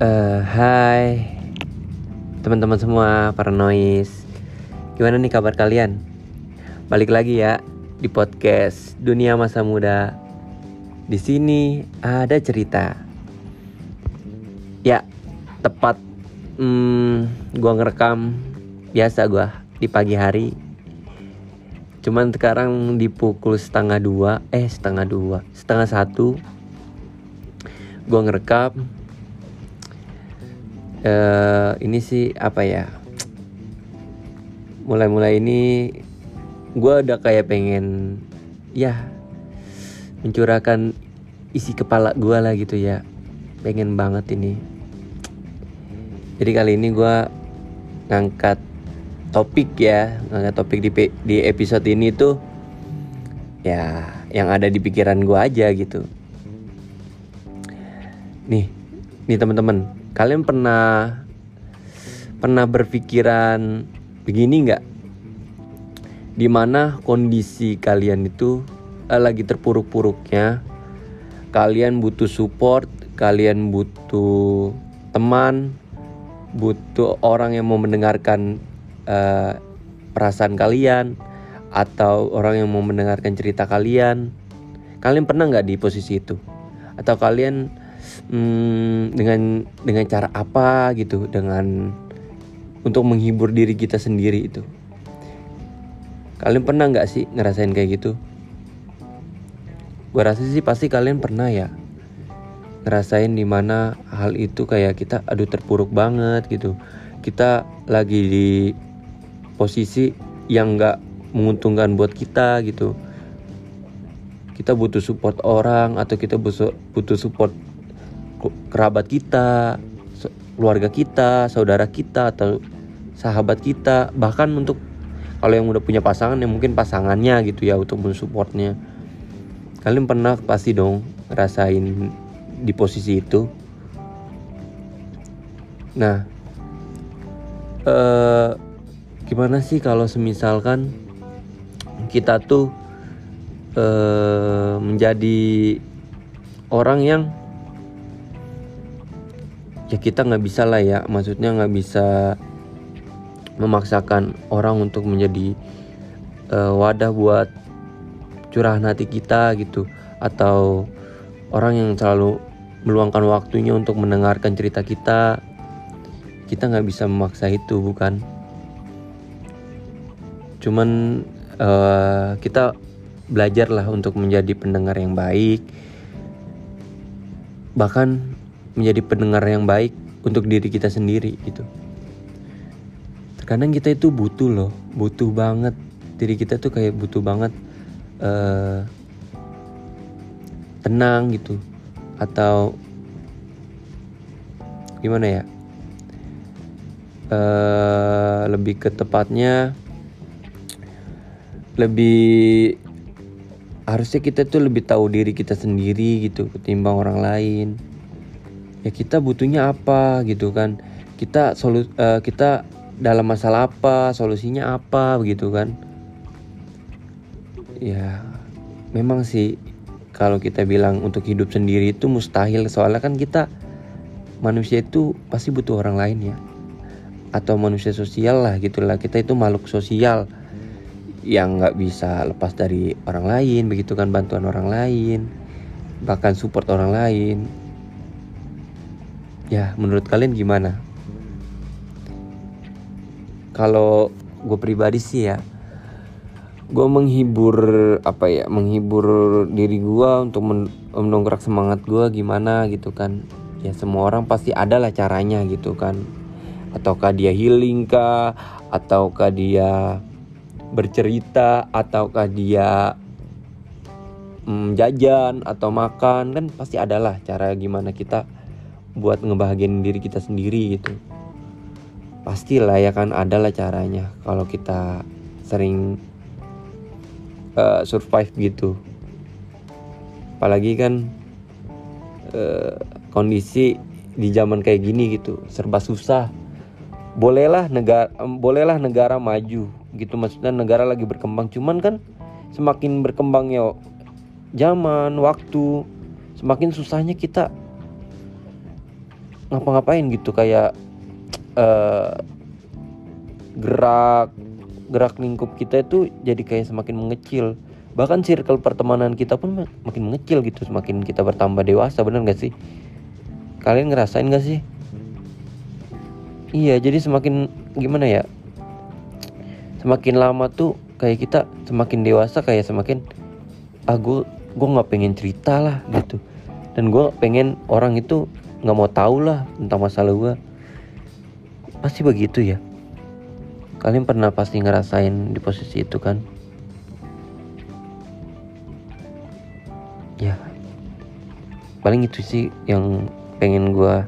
Hai teman-teman semua, para noise. Gimana nih kabar kalian? Balik lagi ya di podcast Dunia Masa Muda. Di sini ada cerita. Ya, tepat gua ngerekam biasa gua di pagi hari. Cuman sekarang di pukul setengah satu gua ngerekam. Ini sih apa ya, mulai ini gue udah kayak pengen ya mencurahkan isi kepala gue lah gitu ya. Pengen banget ini. Jadi kali ini gue ngangkat topik di episode ini tuh ya yang ada di pikiran gue aja gitu. Nih teman-teman, kalian pernah berpikiran begini nggak? Dimana kondisi kalian itu lagi terpuruk-puruknya, kalian butuh support, kalian butuh teman, butuh orang yang mau mendengarkan perasaan kalian, atau orang yang mau mendengarkan cerita kalian. Kalian pernah nggak di posisi itu? Atau kalian dengan cara apa gitu, dengan untuk menghibur diri kita sendiri itu? Kalian pernah nggak sih ngerasain kayak gitu? Gue rasa sih pasti kalian pernah ya ngerasain dimana hal itu kayak kita terpuruk banget gitu. Kita lagi di posisi yang nggak menguntungkan buat kita gitu. Kita butuh support orang, atau kita butuh support kerabat kita, keluarga kita, saudara kita, atau sahabat kita. Bahkan untuk kalau yang udah punya pasangan, yang mungkin pasangannya gitu ya untuk mensupportnya. Kalian pernah pasti dong ngerasain di posisi itu. Nah, gimana sih kalau semisalkan kita tuh menjadi orang yang ya kita nggak bisa lah ya, maksudnya nggak bisa memaksakan orang untuk menjadi wadah buat curahan hati kita gitu, atau orang yang selalu meluangkan waktunya untuk mendengarkan cerita kita. Kita nggak bisa memaksa itu, bukan? Cuman kita belajarlah untuk menjadi pendengar yang baik, bahkan menjadi pendengar yang baik untuk diri kita sendiri gitu. Terkadang kita itu butuh banget, diri kita tuh kayak butuh banget tenang gitu, atau gimana ya, lebih ke tepatnya harusnya kita tuh lebih tahu diri kita sendiri gitu ketimbang orang lain. Ya kita butuhnya apa gitu kan, kita dalam masalah apa, solusinya apa begitu kan. Ya memang sih kalau kita bilang untuk hidup sendiri itu mustahil, soalnya kan kita manusia itu pasti butuh orang lain ya, atau manusia sosial lah gitulah. Kita itu makhluk sosial yang nggak bisa lepas dari orang lain begitu kan, bantuan orang lain, bahkan support orang lain. Ya menurut kalian gimana? Kalau gue pribadi sih ya, gue menghibur diri gue untuk mendongkrak semangat gue gimana gitu kan. Ya semua orang pasti ada lah caranya gitu kan. Ataukah dia healing kah, ataukah dia bercerita, ataukah dia jajan atau makan. Kan pasti ada lah cara gimana kita buat ngebahagiain diri kita sendiri gitu. Pastilah ya kan, ada lah caranya kalau kita sering survive gitu. Apalagi kan kondisi di zaman kayak gini gitu, serba susah. Bolehlah negara maju gitu, maksudnya negara lagi berkembang. Cuman kan semakin berkembangnya zaman, waktu, semakin susahnya kita ngapa-ngapain gitu, kayak gerak lingkup kita itu jadi kayak semakin mengecil. Bahkan circle pertemanan kita pun makin mengecil gitu, semakin kita bertambah dewasa. Bener gak sih? Kalian ngerasain gak sih? Iya, jadi semakin gimana ya, semakin lama tuh kayak kita semakin dewasa, kayak semakin gue gak pengen cerita lah gitu. Dan gue pengen orang itu gak mau tahu lah tentang masalah gue. Pasti begitu ya. Kalian pernah pasti ngerasain di posisi itu kan? Ya, paling itu sih yang pengen gue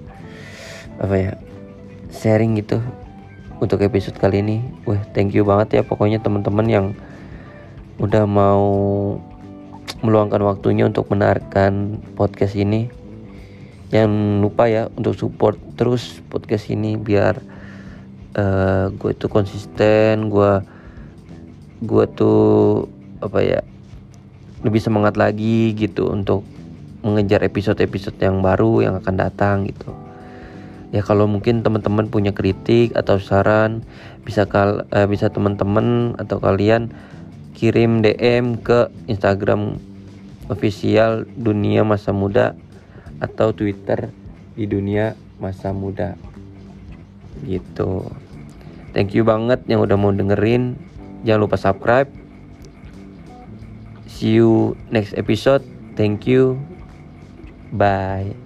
sharing gitu untuk episode kali ini. Thank you banget ya pokoknya teman-teman yang udah mau meluangkan waktunya untuk mendengarkan podcast ini. Jangan lupa ya untuk support terus podcast ini biar gue itu konsisten, gue tuh lebih semangat lagi gitu untuk mengejar episode-episode yang baru yang akan datang gitu. Ya kalau mungkin teman-teman punya kritik atau saran, bisa teman-teman atau kalian kirim DM ke Instagram official Dunia Masa Muda atau Twitter di Dunia Masa Muda gitu. Thank you banget yang udah mau dengerin. Jangan lupa subscribe. See you next episode. Thank you. Bye.